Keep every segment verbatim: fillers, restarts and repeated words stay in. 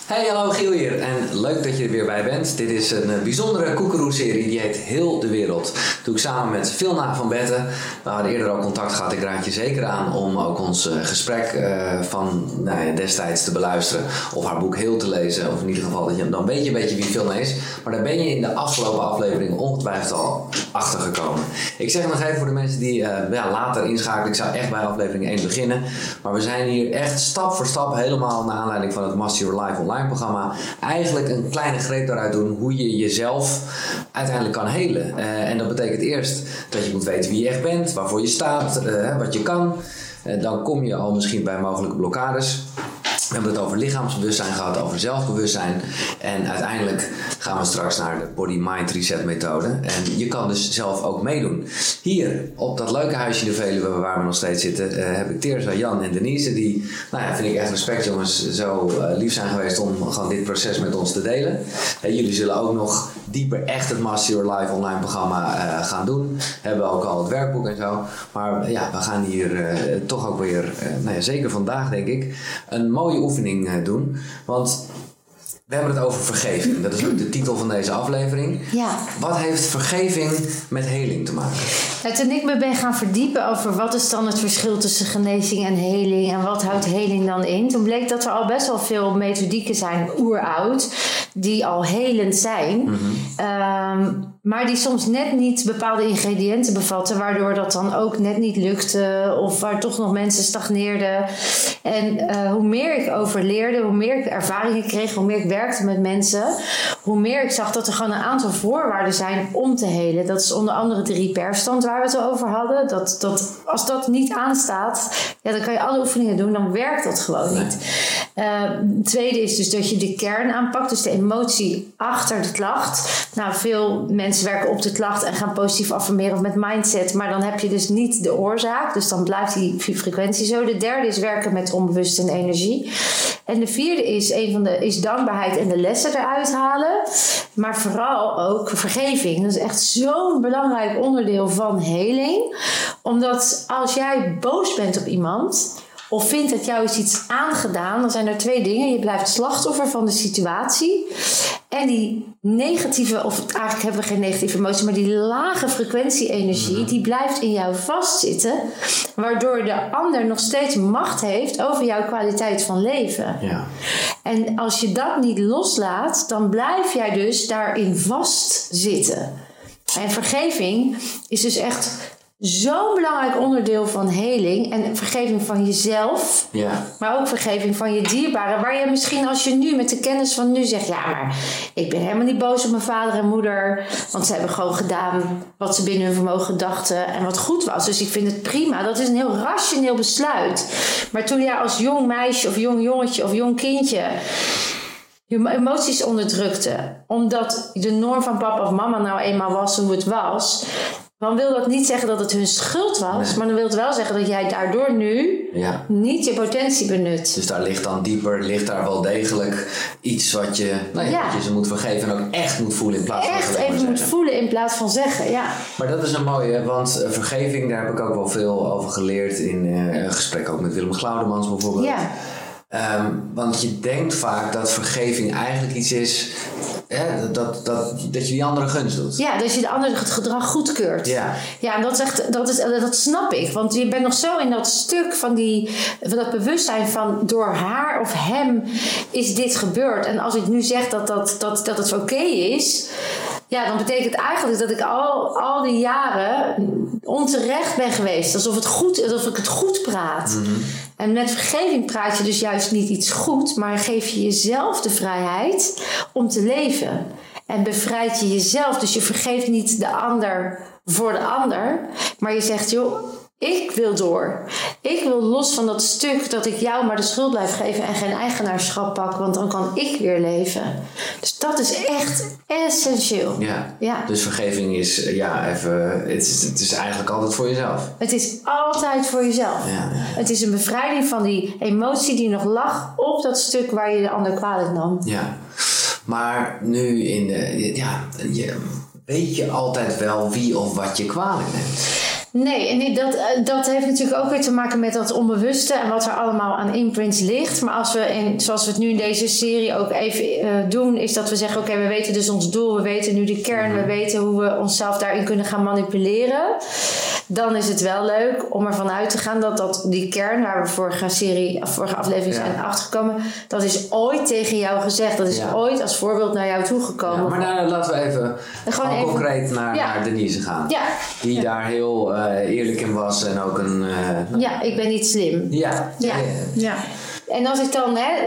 Hey, hallo Giel hier en leuk dat je er weer bij bent. Dit is een bijzondere koekeroe-serie die heet Heel de Wereld. Dat doe ik samen met Vilna van Betten. We hadden eerder al contact gehad. Ik raad je zeker aan om ook ons uh, gesprek uh, van nou ja, destijds te beluisteren. Of haar boek Heel te lezen. Of in ieder geval, dat je, dan weet je een beetje wie Vilna is. Maar daar ben je in de afgelopen aflevering ongetwijfeld al achter gekomen. Ik zeg nog even voor de mensen die uh, ja, later inschakelen. Ik zou echt bij aflevering één beginnen. Maar we zijn hier echt stap voor stap helemaal naar aanleiding van het Master Your Life online programma eigenlijk een kleine greep daaruit doen hoe je jezelf uiteindelijk kan helen. Uh, en dat betekent eerst dat je moet weten wie je echt bent, waarvoor je staat, uh, wat je kan. Uh, dan kom je al misschien bij mogelijke blokkades. We hebben het over lichaamsbewustzijn gehad, over zelfbewustzijn. En uiteindelijk gaan we straks naar de Body Mind Reset methode. En je kan dus zelf ook meedoen. Hier, op dat leuke huisje in de Veluwe waar we nog steeds zitten, uh, heb ik Teerza, Jan en Denise. Die, nou ja, vind ik echt respect jongens, zo uh, lief zijn geweest om gewoon dit proces met ons te delen. Uh, jullie zullen ook nog dieper echt het Master Your Life online programma uh, gaan doen. Hebben ook al het werkboek en zo. Maar uh, ja, we gaan hier uh, toch ook weer, uh, nou ja, zeker vandaag denk ik, een mooie oefening uh, doen. Want we hebben het over vergeving. Dat is ook de titel van deze aflevering. Ja. Wat heeft vergeving met heling te maken? Ja, toen ik me ben gaan verdiepen over wat is dan het verschil tussen genezing en heling en wat houdt heling dan in, toen bleek dat er al best wel veel methodieken zijn, oeroud, die al helend zijn. Mm-hmm. Um, maar die soms net niet bepaalde ingrediënten bevatten, waardoor dat dan ook net niet lukte of waar toch nog mensen stagneerden. En uh, hoe meer ik over leerde, hoe meer ik ervaringen kreeg, hoe meer ik werkte met mensen, hoe meer ik zag dat er gewoon een aantal voorwaarden zijn om te helen. Dat is onder andere de repairstand waar we het over hadden. Dat, dat, als dat niet aanstaat, ja, dan kan je alle oefeningen doen, dan werkt dat gewoon niet. Uh, het tweede is dus dat je de kern aanpakt, dus de emotie achter de klacht. Nou, veel mensen werken op de klacht en gaan positief affirmeren of met mindset, maar dan heb je dus niet de oorzaak, dus dan blijft die frequentie zo. De derde is werken met onbewust en energie. En de vierde is, een van de, is dankbaarheid en de lessen eruit halen. Maar vooral ook vergeving. Dat is echt zo'n belangrijk onderdeel van heling. Omdat als jij boos bent op iemand of vindt dat jou is iets aangedaan, dan zijn er twee dingen. Je blijft slachtoffer van de situatie. En die negatieve, of eigenlijk hebben we geen negatieve emotie, maar die lage frequentie-energie, die blijft in jou vastzitten. Waardoor de ander nog steeds macht heeft over jouw kwaliteit van leven. Ja. En als je dat niet loslaat, dan blijf jij dus daarin vastzitten. En vergeving is dus echt zo'n belangrijk onderdeel van heling. En vergeving van jezelf. Ja. Maar ook vergeving van je dierbaren. Waar je misschien als je nu met de kennis van nu zegt, ja, maar ik ben helemaal niet boos op mijn vader en moeder. Want ze hebben gewoon gedaan wat ze binnen hun vermogen dachten. En wat goed was. Dus ik vind het prima. Dat is een heel rationeel besluit. Maar toen jij als jong meisje of jong jongetje of jong kindje je emoties onderdrukte. Omdat de norm van papa of mama nou eenmaal was hoe het was, dan wil dat niet zeggen dat het hun schuld was. Nee. Maar dan wil het wel zeggen dat jij daardoor nu ja. niet je potentie benut. Dus daar ligt dan dieper, ligt daar wel degelijk iets wat je, nou ja, ja. wat je ze moet vergeven en ook echt moet voelen in plaats van echt even moet voelen in plaats van zeggen, ja. Maar dat is een mooie, want uh, vergeving, daar heb ik ook wel veel over geleerd in uh, een gesprek ook met Willem Glaudemans bijvoorbeeld. Ja. Um, want je denkt vaak dat vergeving eigenlijk iets is, hè, dat, dat, dat je die andere gunst doet. Ja, dat je de andere het gedrag goedkeurt. Ja, ja en dat, is echt, dat, is, dat snap ik. Want je bent nog zo in dat stuk van, die, van dat bewustzijn van door haar of hem is dit gebeurd. En als ik nu zeg dat, dat, dat, dat het oké okay is, ja, dan betekent eigenlijk dat ik al, al die jaren onterecht ben geweest. Alsof, het goed, alsof ik het goed praat. Mm-hmm. En met vergeving praat je dus juist niet iets goed, maar geef je jezelf de vrijheid om te leven. En bevrijd je jezelf. Dus je vergeeft niet de ander voor de ander, maar je zegt, joh, ik wil door. Ik wil los van dat stuk dat ik jou maar de schuld blijf geven en geen eigenaarschap pak, want dan kan ik weer leven. Dus dat is echt essentieel. Ja, ja. Dus vergeving is, ja, even, het is, het is eigenlijk altijd voor jezelf. Het is altijd voor jezelf. Ja, ja, ja. Het is een bevrijding van die emotie die nog lag op dat stuk waar je de ander kwalijk nam. Ja, maar nu in de, ja, je, weet je altijd wel wie of wat je kwalijk neemt? Nee, en dat, dat heeft natuurlijk ook weer te maken met dat onbewuste en wat er allemaal aan imprints ligt. Maar als we, in, zoals we het nu in deze serie ook even uh, doen, is dat we zeggen, oké, okay, we weten dus ons doel, we weten nu de kern, mm-hmm. we weten hoe we onszelf daarin kunnen gaan manipuleren. Dan is het wel leuk om ervan uit te gaan dat, dat die kern, waar we vorige serie, vorige aflevering ja. zijn achtergekomen, dat is ooit tegen jou gezegd. Dat is ja. ooit als voorbeeld naar jou toegekomen. Ja, maar nou, laten we even, gewoon even concreet naar, ja. naar Denise gaan. Ja. Die ja. daar heel uh, eerlijk in was en ook een... Uh, nou, ja, ik ben niet slim. Ja. Ja. ja. ja. En als ik dan, hè,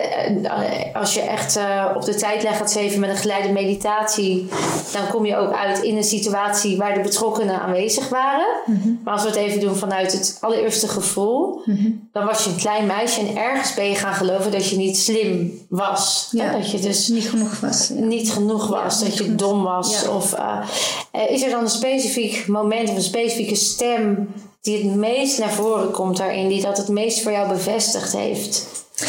als je echt uh, op de tijdlijn gaat zweven met een geleide meditatie, dan kom je ook uit in een situatie waar de betrokkenen aanwezig waren. Mm-hmm. Maar als we het even doen vanuit het allereerste gevoel, mm-hmm. dan was je een klein meisje en ergens ben je gaan geloven dat je niet slim was. Ja, dat je dus niet genoeg was. Ja. Niet genoeg was, ja, dat je genoeg. dom was. Ja. Of uh, is er dan een specifiek moment of een specifieke stem die het meest naar voren komt daarin, die dat het meest voor jou bevestigd heeft?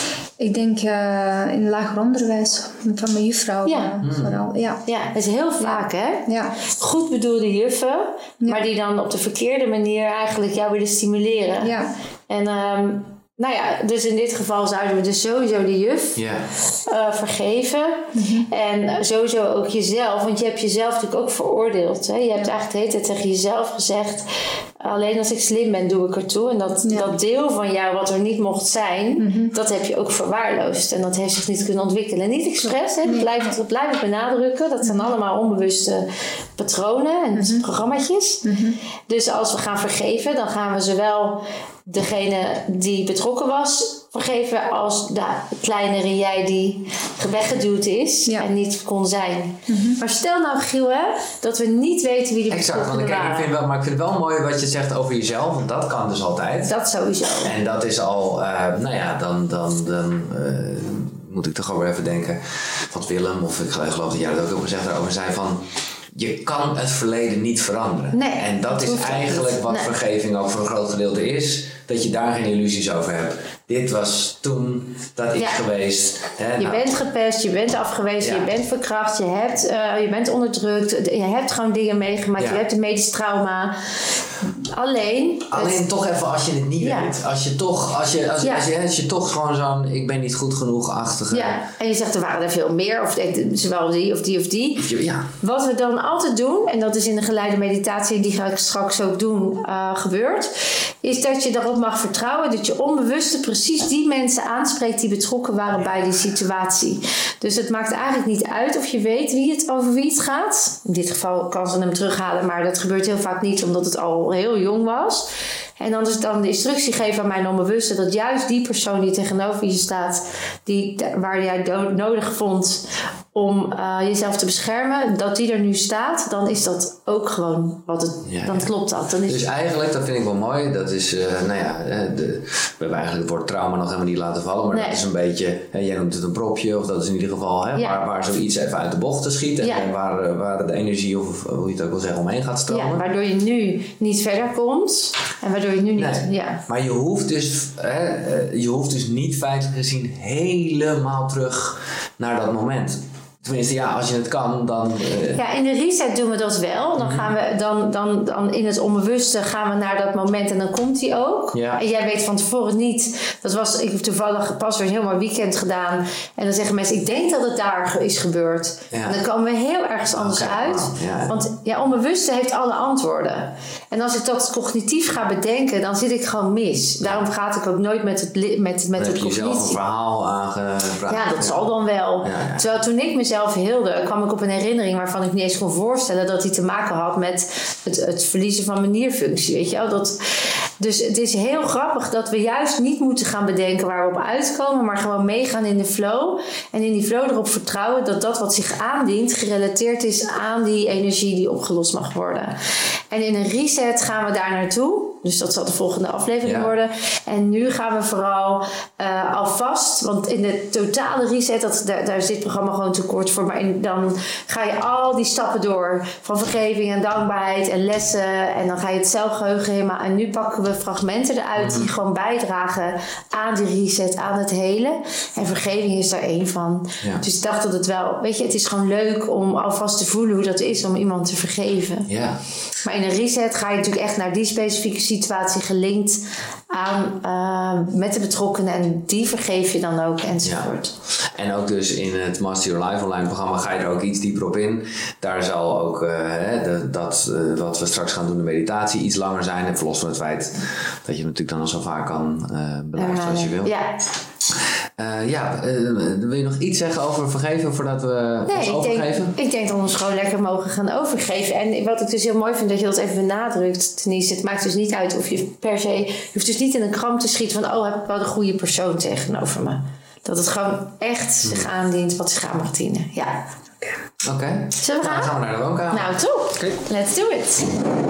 Ik denk uh, in het lager onderwijs van mijn juffrouw. Ja. Uh, vooral. Ja. ja, dat is heel vaak, hè? Ja. Goed bedoelde juffen, ja. maar die dan op de verkeerde manier eigenlijk jou willen stimuleren. Ja. En um, nou ja, dus in dit geval zouden we dus sowieso de juf yeah. uh, vergeven. Mm-hmm. En uh, sowieso ook jezelf, want je hebt jezelf natuurlijk ook veroordeeld. Hè? Je hebt ja. eigenlijk de hele tijd tegen jezelf gezegd, alleen als ik slim ben, doe ik ertoe. En dat, ja. dat deel van jou wat er niet mocht zijn, mm-hmm. dat heb je ook verwaarloosd. En dat heeft zich niet kunnen ontwikkelen. Niet expres, hè? Dat, blijf, dat blijf ik benadrukken. Dat zijn mm-hmm. allemaal onbewuste patronen en mm-hmm. programmaatjes. Mm-hmm. Dus als we gaan vergeven, dan gaan we zowel degene die betrokken was vergeven als de kleinere jij die weggeduwd is ja. en niet kon zijn. Mm-hmm. Maar stel nou, Giel, hè, dat we niet weten wie de exact, betrokkenen want ik, waren. Ik vind wel, maar ik vind het wel mooi wat je zegt over jezelf, want dat kan dus altijd. Dat sowieso. En dat is al, uh, nou ja, dan, dan, dan uh, moet ik toch gewoon even denken wat Willem, of ik geloof dat jij dat ook al gezegd daarover zei van, je kan het verleden niet veranderen. Nee, en dat, dat is eigenlijk niet. wat nee. vergeving ook voor een groot gedeelte is. Dat je daar geen illusies over hebt. Dit was toen, dat is ja. geweest. Hè, je nou. bent gepest, je bent afgewezen, ja. je bent verkracht, je, hebt, uh, je bent onderdrukt. Je hebt gewoon dingen meegemaakt, ja. je hebt een medisch trauma. Alleen... Alleen het, toch even als je het niet ja. weet. Als je toch, als je, als, ja. als, je, als je toch gewoon zo'n ik ben niet goed genoeg-achtige... Ja, en je zegt er waren er veel meer. Of zowel die of die of die. Ja. Wat we dan altijd doen, en dat is in de geleide meditatie, die ga ik straks ook doen, uh, gebeurt, is dat je erop mag vertrouwen dat je onbewuste precies die mensen aanspreekt die betrokken waren bij die situatie. Dus het maakt eigenlijk niet uit of je weet wie het, over wie het gaat. In dit geval kan ze hem terughalen, maar dat gebeurt heel vaak niet omdat het al heel jong was. En dan is dan de instructie geven aan mijn onbewuste dat juist die persoon die tegenover je staat, die, waar jij do- nodig vond om uh, jezelf te beschermen, dat die er nu staat, dan is dat ook gewoon wat het, ja, dan klopt dat. Dan is dus eigenlijk, dat vind ik wel mooi, dat is, uh, nou ja, de, we hebben eigenlijk het woord trauma nog helemaal niet laten vallen, maar nee. dat is een beetje, hè, jij noemt het een propje, of dat is in ieder geval, hè, ja. waar, waar zoiets even uit de bocht te schieten ja. en waar, waar de energie, of hoe je het ook wil zeggen, omheen gaat stromen. Ja, waardoor je nu niet verder komt en waardoor je nu niet, nee. ja. Maar je hoeft dus, hè, je hoeft dus niet feitelijk gezien helemaal terug naar dat moment. Tenminste, ja, als je het kan, dan... Uh... Ja, in de reset doen we dat wel. Dan gaan we dan, dan, dan in het onbewuste gaan we naar dat moment en dan komt die ook. Ja. En jij weet van tevoren niet. Dat was, ik heb toevallig pas weer een heel mooi weekend gedaan. En dan zeggen mensen, ik denk dat het daar is gebeurd. Ja. En dan komen we heel ergens anders okay, uit. Wow. Ja. Want ja, onbewuste heeft alle antwoorden. En als ik dat cognitief ga bedenken, dan zit ik gewoon mis. Daarom gaat ik ook nooit met het, met, met dan het heb je cognitie. zelf een verhaal aangevraagd. Ja, dat ja. zal dan wel. Ja, ja. Terwijl toen ik mezelf heelde, kwam ik op een herinnering waarvan ik niet eens kon voorstellen dat die te maken had met het, het verliezen van mijn nierfunctie. Weet je wel? Dat, dus het is heel grappig dat we juist niet moeten gaan bedenken waar we op uitkomen, maar gewoon meegaan in de flow. En in die flow erop vertrouwen dat dat wat zich aandient gerelateerd is aan die energie die opgelost mag worden. En in een reset gaan we daar naartoe. Dus dat zal de volgende aflevering Ja. worden. En nu gaan we vooral uh, alvast, want in de totale reset, dat, daar, daar is dit programma gewoon te kort voor. Maar in, dan ga je al die stappen door. Van vergeving en dankbaarheid en lessen. En dan ga je het zelfgeheugen helemaal. En nu pakken we fragmenten eruit mm-hmm. die gewoon bijdragen aan die reset, aan het hele. En vergeving is daar één van. Ja. Dus ik dacht dat het wel, weet je, het is gewoon leuk om alvast te voelen hoe dat is om iemand te vergeven. Ja. Maar in een reset ga je natuurlijk echt naar die specifieke situatie gelinkt aan uh, met de betrokkenen en die vergeef je dan ook enzovoort. Ja. En ook dus in het Master Your Life online programma ga je er ook iets dieper op in. Daar zal ook uh, hè, de, dat uh, wat we straks gaan doen, de meditatie, iets langer zijn. En verlos van het feit dat je natuurlijk dan al zo vaak kan uh, beluisteren uh, als je wil. Ja. Uh, ja, uh, wil je nog iets zeggen over vergeven voordat we nee, ons ik overgeven? Denk, ik denk dat we ons gewoon lekker mogen gaan overgeven. En wat ik dus heel mooi vind dat je dat even benadrukt, Denise. Het maakt dus niet uit of je per se... Je hoeft dus niet in een kramp te schieten van... oh, heb ik wel de goede persoon tegenover me. Dat het gewoon echt zich aandient wat zich aan mag dienen. Ja. Oké. Okay. Zullen we gaan? Nou, dan gaan we naar de woonkamer. Nou, top. Okay. Let's do it.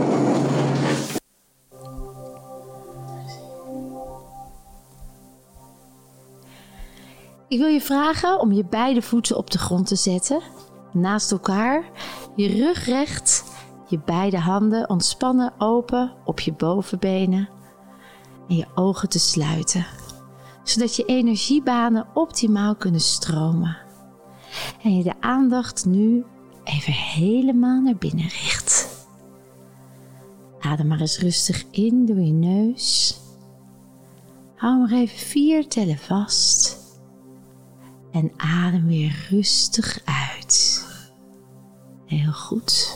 Ik wil je vragen om je beide voeten op de grond te zetten, naast elkaar, je rug recht, je beide handen ontspannen open op je bovenbenen en je ogen te sluiten, zodat je energiebanen optimaal kunnen stromen. En je de aandacht nu even helemaal naar binnen richt. Adem maar eens rustig in door je neus. Hou maar even vier tellen vast. En adem weer rustig uit. Heel goed.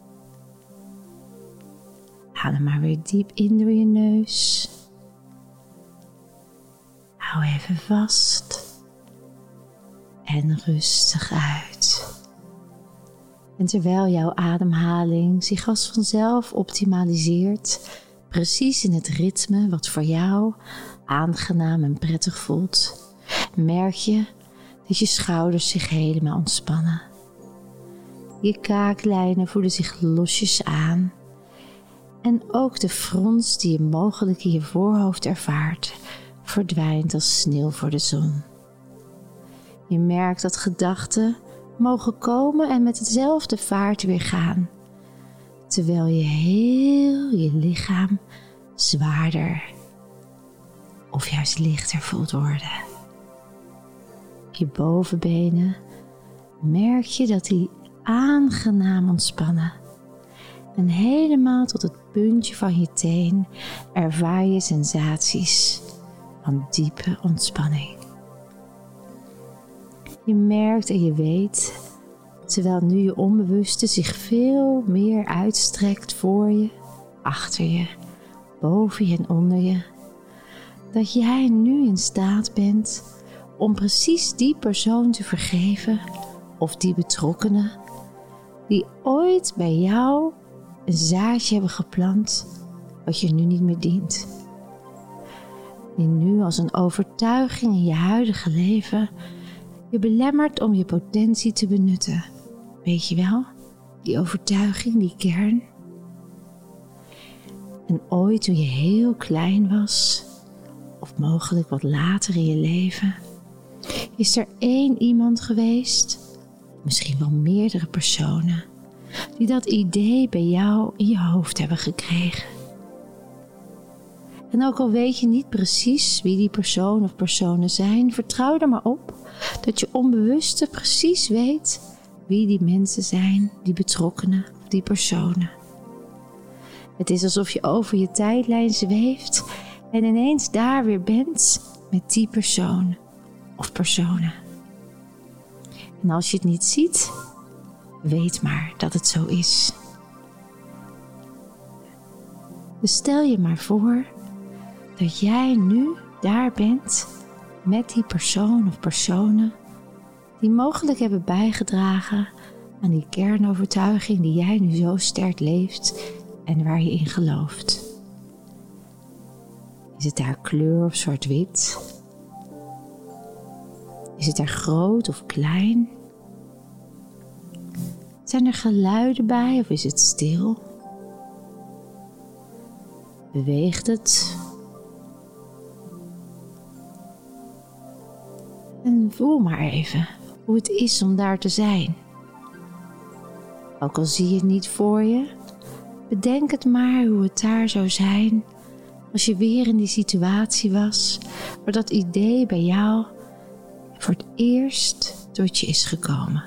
Adem maar weer diep in door je neus. Hou even vast. En rustig uit. En terwijl jouw ademhaling zich als vanzelf optimaliseert, precies in het ritme wat voor jou aangenaam en prettig voelt, merk je dat je schouders zich helemaal ontspannen. Je kaaklijnen voelen zich losjes aan. En ook de frons die je mogelijk in je voorhoofd ervaart, verdwijnt als sneeuw voor de zon. Je merkt dat gedachten mogen komen en met hetzelfde vaart weer gaan, terwijl je heel je lichaam zwaarder of juist lichter voelt worden. Je bovenbenen merk je dat die aangenaam ontspannen. En helemaal tot het puntje van je teen ervaar je sensaties van diepe ontspanning. Je merkt en je weet, terwijl nu je onbewuste zich veel meer uitstrekt voor je, achter je, boven je en onder je, dat jij nu in staat bent om precies die persoon te vergeven of die betrokkenen die ooit bij jou een zaadje hebben geplant wat je nu niet meer dient. Die nu als een overtuiging in je huidige leven je belemmert om je potentie te benutten. Weet je wel? Die overtuiging, die kern. En ooit toen je heel klein was, of mogelijk wat later in je leven, is er één iemand geweest, misschien wel meerdere personen, die dat idee bij jou in je hoofd hebben gekregen. En ook al weet je niet precies wie die persoon of personen zijn, vertrouw er maar op dat je onbewuste precies weet wie die mensen zijn, die betrokkenen of die personen. Het is alsof je over je tijdlijn zweeft en ineens daar weer bent met die persoon of personen. En als je het niet ziet, weet maar dat het zo is. Dus stel je maar voor dat jij nu daar bent met die persoon of personen die mogelijk hebben bijgedragen aan die kernovertuiging die jij nu zo sterk leeft en waar je in gelooft. Is het daar kleur of zwart-wit? Is het daar groot of klein? Zijn er geluiden bij of is het stil? Beweegt het? En voel maar even hoe het is om daar te zijn. Ook al zie je het niet voor je, bedenk het maar hoe het daar zou zijn als je weer in die situatie was waar dat idee bij jou voor het eerst tot je is gekomen.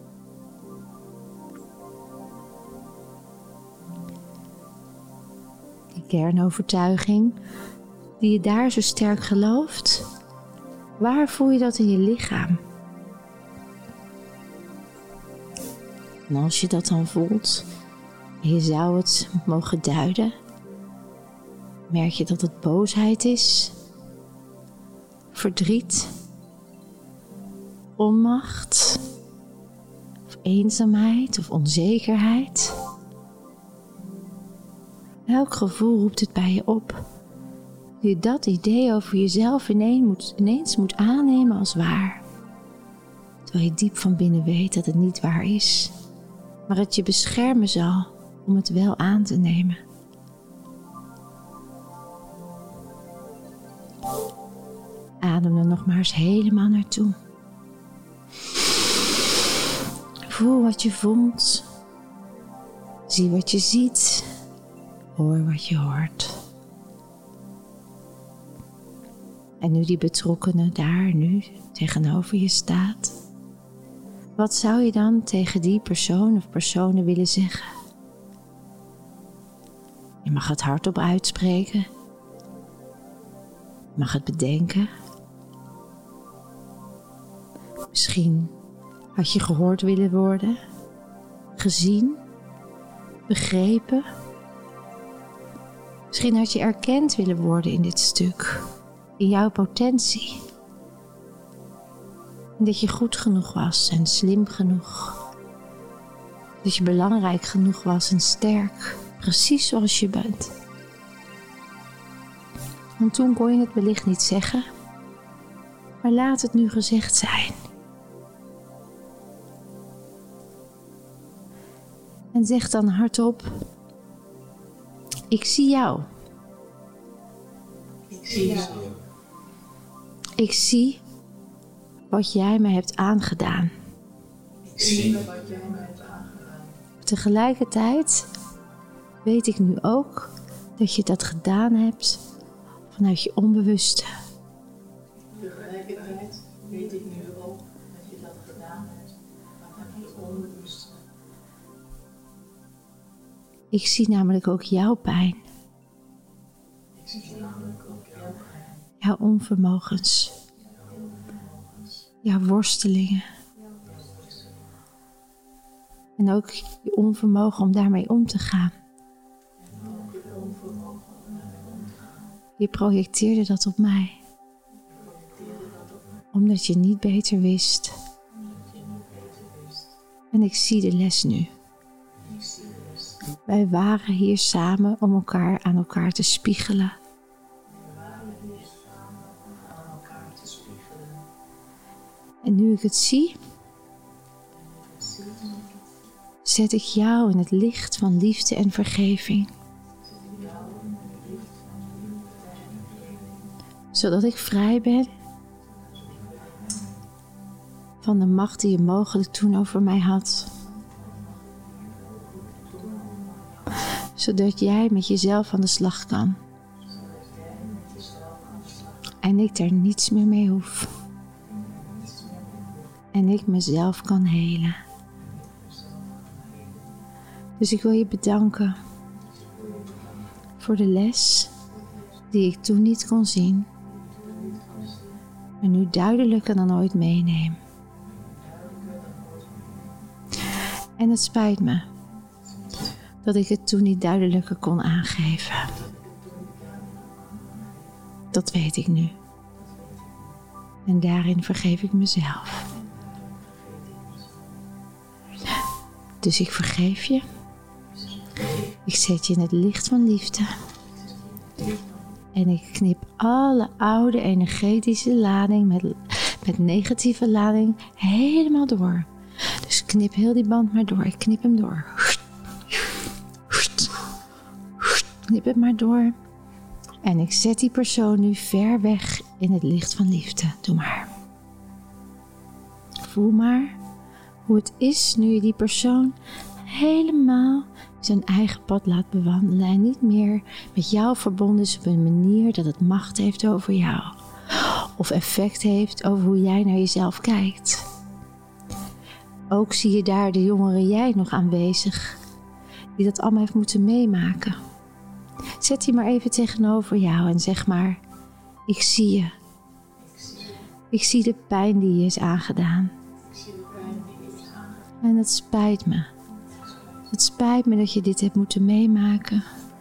Die kernovertuiging die je daar zo sterk gelooft, waar voel je dat in je lichaam? En als je dat dan voelt, en je zou het mogen duiden, merk je dat het boosheid is, verdriet, onmacht, of eenzaamheid of onzekerheid. Welk gevoel roept het bij je op? Je dat idee over jezelf ineens moet, ineens moet aannemen als waar. Terwijl je diep van binnen weet dat het niet waar is, maar het je beschermen zal om het wel aan te nemen. Adem er nog maar eens helemaal naartoe. Voel wat je voelt. Zie wat je ziet. Hoor wat je hoort. En nu die betrokkene daar nu tegenover je staat, wat zou je dan tegen die persoon of personen willen zeggen? Je mag het hardop uitspreken. Je mag het bedenken. Misschien had je gehoord willen worden, gezien, begrepen. Misschien had je erkend willen worden in dit stuk, in jouw potentie. En dat je goed genoeg was en slim genoeg. Dat je belangrijk genoeg was en sterk, precies zoals je bent. Want toen kon je het wellicht niet zeggen, maar laat het nu gezegd zijn. En zeg dan hardop: ik zie jou. Ik zie jou. Ik zie wat jij me hebt aangedaan. Ik zie wat jij me hebt aangedaan. Tegelijkertijd weet ik nu ook dat je dat gedaan hebt vanuit je onbewuste. Tegelijkertijd weet ik nu ook dat je dat gedaan hebt vanuit je onbewuste. Ik zie namelijk ook jouw pijn. Ik zie namelijk ook jouw pijn. Jouw onvermogens. Jouw worstelingen. En ook je onvermogen om daarmee om te gaan. Je projecteerde dat op mij. Omdat je niet beter wist. En ik zie de les nu. Wij waren hier samen om elkaar aan elkaar te spiegelen. En nu ik het zie, zet ik jou in het licht van liefde en vergeving. Zodat ik vrij ben van de macht die je mogelijk toen over mij had. Zodat jij met jezelf aan de slag kan. En ik daar niets meer mee hoef. En ik mezelf kan helen. Dus ik wil je bedanken voor de les die ik toen niet kon zien, maar nu duidelijker dan ooit meeneem. En het spijt me dat ik het toen niet duidelijker kon aangeven. Dat weet ik nu. En daarin vergeef ik mezelf. Dus ik vergeef je. Ik zet je in het licht van liefde. En ik knip alle oude energetische lading met, met negatieve lading helemaal door. Dus knip heel die band maar door. Ik knip hem door. Knip het maar door. En ik zet die persoon nu ver weg in het licht van liefde. Doe maar. Voel maar hoe het is nu je die persoon helemaal zijn eigen pad laat bewandelen. En niet meer met jou verbonden is op een manier dat het macht heeft over jou. Of effect heeft over hoe jij naar jezelf kijkt. Ook zie je daar de jongere jij nog aanwezig. Die dat allemaal heeft moeten meemaken. Zet die maar even tegenover jou en zeg maar: ik zie je. Ik zie de pijn die je is aangedaan. En het spijt me. Het spijt me dat je dit hebt moeten meemaken.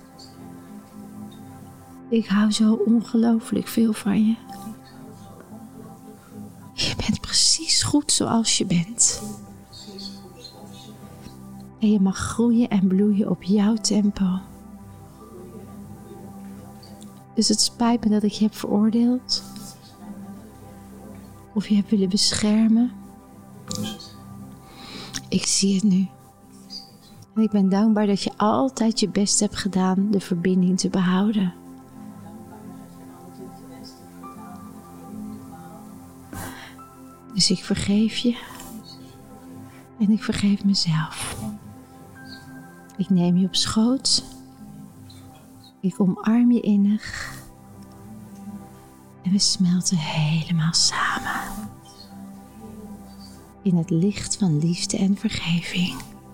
Ik hou zo ongelooflijk veel van je. Je bent precies goed zoals je bent. En je mag groeien en bloeien op jouw tempo. Dus het spijt me dat ik je heb veroordeeld. Of je hebt willen beschermen. Ik zie het nu. En ik ben dankbaar dat je altijd je best hebt gedaan de verbinding te behouden. Dus ik vergeef je. En ik vergeef mezelf. Ik neem je op schoot. Ik omarm je innig. En we smelten helemaal samen. In het licht van liefde en vergeving.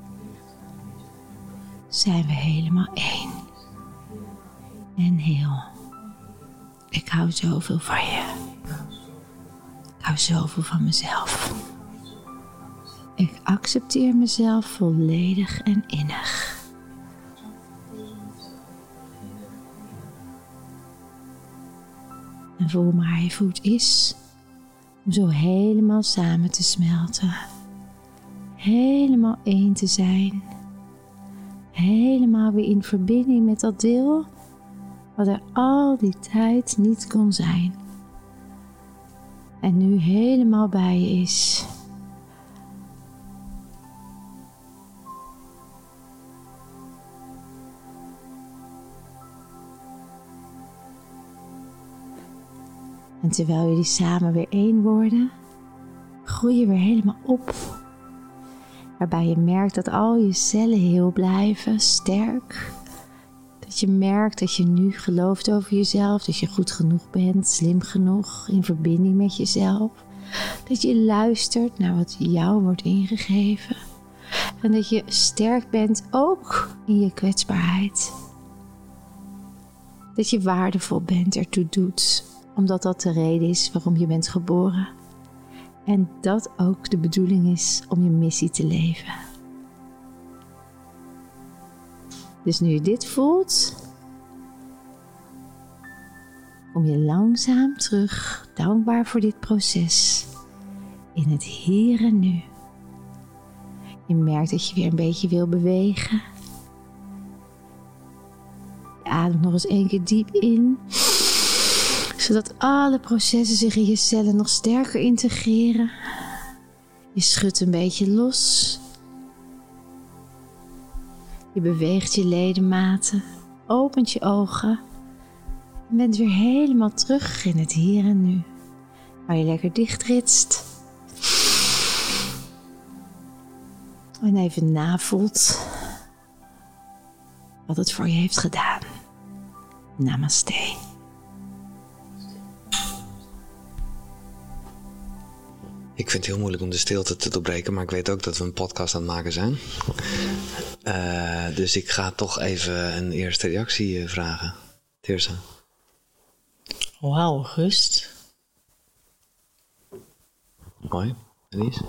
Zijn we helemaal één. En heel. Ik hou zoveel van je. Ik hou zoveel van mezelf. Ik accepteer mezelf volledig en innig. En voel maar even hoe het is om zo helemaal samen te smelten. Helemaal één te zijn. Helemaal weer in verbinding met dat deel wat er al die tijd niet kon zijn. En nu helemaal bij je is. En terwijl jullie samen weer één worden, groei je weer helemaal op. Waarbij je merkt dat al je cellen heel blijven, sterk. Dat je merkt dat je nu gelooft over jezelf, dat je goed genoeg bent, slim genoeg, in verbinding met jezelf. Dat je luistert naar wat jou wordt ingegeven. En dat je sterk bent ook in je kwetsbaarheid. Dat je waardevol bent, ertoe doet, omdat dat de reden is waarom je bent geboren. En dat ook de bedoeling is om je missie te leven. Dus nu je dit voelt, kom je langzaam terug, dankbaar voor dit proces, in het hier en nu. Je merkt dat je weer een beetje wil bewegen. Je ademt nog eens één keer diep in, zodat alle processen zich in je cellen nog sterker integreren. Je schudt een beetje los. Je beweegt je ledematen, opent je ogen en bent weer helemaal terug in het hier en nu. Waar je lekker dichtritst. En even navoelt wat het voor je heeft gedaan. Namaste. Ik vind het heel moeilijk om de stilte te doorbreken, maar ik weet ook dat we een podcast aan het maken zijn. Uh, dus ik ga toch even een eerste reactie uh, vragen. Tirsa. Wauw, rust. Mooi. Denise?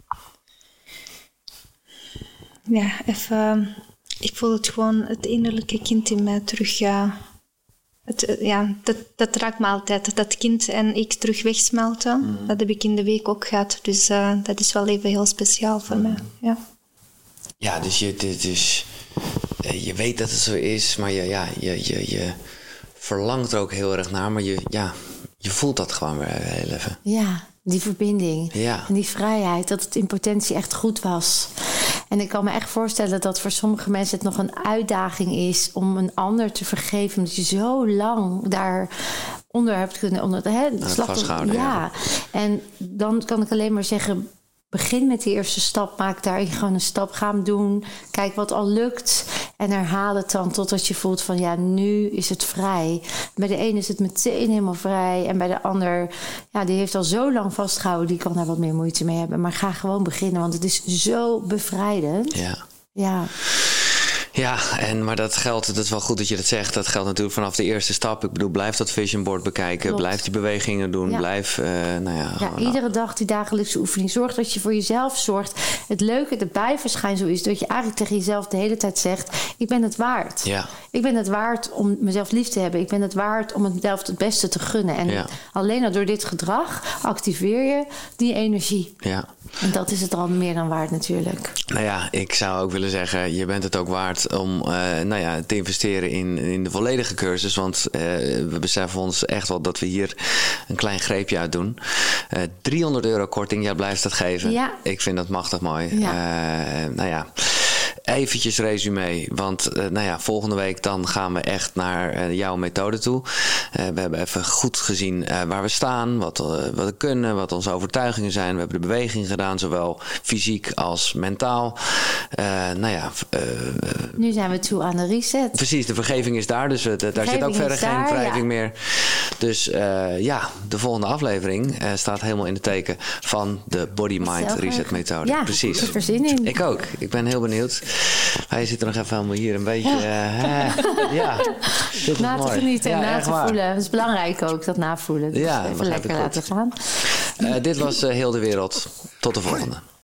Ja, even... Ik voel het gewoon, het innerlijke kind in mij terug... Ja, het, ja dat, dat raakt me altijd. Dat kind en ik terug wegsmelten. Mm. Dat heb ik in de week ook gehad. Dus uh, dat is wel even heel speciaal voor mm. mij. Ja, ja dus, je, dus je weet dat het zo is, maar je, ja, je, je, je verlangt er ook heel erg naar. Maar je, ja, je voelt dat gewoon weer heel even. Ja, die verbinding ja. en die vrijheid, dat het in potentie echt goed was. En ik kan me echt voorstellen dat voor sommige mensen het nog een uitdaging is om een ander te vergeven. Omdat je zo lang daar onder hebt kunnen... Onder, hè, vasthouden, ja. ja. En dan kan ik alleen maar zeggen... Begin met die eerste stap. Maak daarin gewoon een stap. Ga hem doen. Kijk wat al lukt. En herhaal het dan totdat je voelt van... ja, nu is het vrij. Bij de een is het meteen helemaal vrij. En bij de ander... ja, die heeft al zo lang vastgehouden. Die kan daar wat meer moeite mee hebben. Maar ga gewoon beginnen. Want het is zo bevrijdend. Ja. Ja. Ja, en, maar dat geldt, het is wel goed dat je dat zegt. Dat geldt natuurlijk vanaf de eerste stap. Ik bedoel, blijf dat vision board bekijken. Klopt. Blijf die bewegingen doen. Ja. Blijf, uh, nou ja... Ja, gewoon, iedere dag die dagelijkse oefening. Zorg dat je voor jezelf zorgt. Het leuke, de bijverschijnsel is dat je eigenlijk tegen jezelf de hele tijd zegt... ik ben het waard. Ja. Ik ben het waard om mezelf lief te hebben. Ik ben het waard om mezelf het beste te gunnen. En Ja. alleen al door dit gedrag activeer je die energie. Ja. En dat is het al meer dan waard natuurlijk. Nou ja, ik zou ook willen zeggen... je bent het ook waard om uh, nou ja, te investeren in, in de volledige cursus. Want uh, we beseffen ons echt wel dat we hier een klein greepje uit doen. Uh, driehonderd euro korting, jij blijft dat geven. Ja. Ik vind dat machtig mooi. Ja. Uh, nou ja... Eventjes resume, want uh, nou ja, volgende week dan gaan we echt naar uh, jouw methode toe. Uh, we hebben even goed gezien uh, waar we staan, wat, uh, wat we kunnen, wat onze overtuigingen zijn. We hebben de beweging gedaan, zowel fysiek als mentaal. Uh, nou ja, uh, nu zijn we toe aan de reset. Precies, de vergeving is daar, dus uh, daar zit ook verder geen daar, wrijving ja. meer. Dus uh, ja, de volgende aflevering uh, staat helemaal in het teken van de Body Mind Reset methode. Ja, precies. ik heb er zin in. Ik ook. Ik ben heel benieuwd. Hij zit er nog even helemaal hier een beetje... Uh, uh, ja, dit is na te mooi. genieten en ja, na te waar. voelen. Dat is belangrijk ook, dat navoelen. Dus ja, even lekker laten gaan. Uh, dit was uh, Heel de Wereld. Tot de volgende.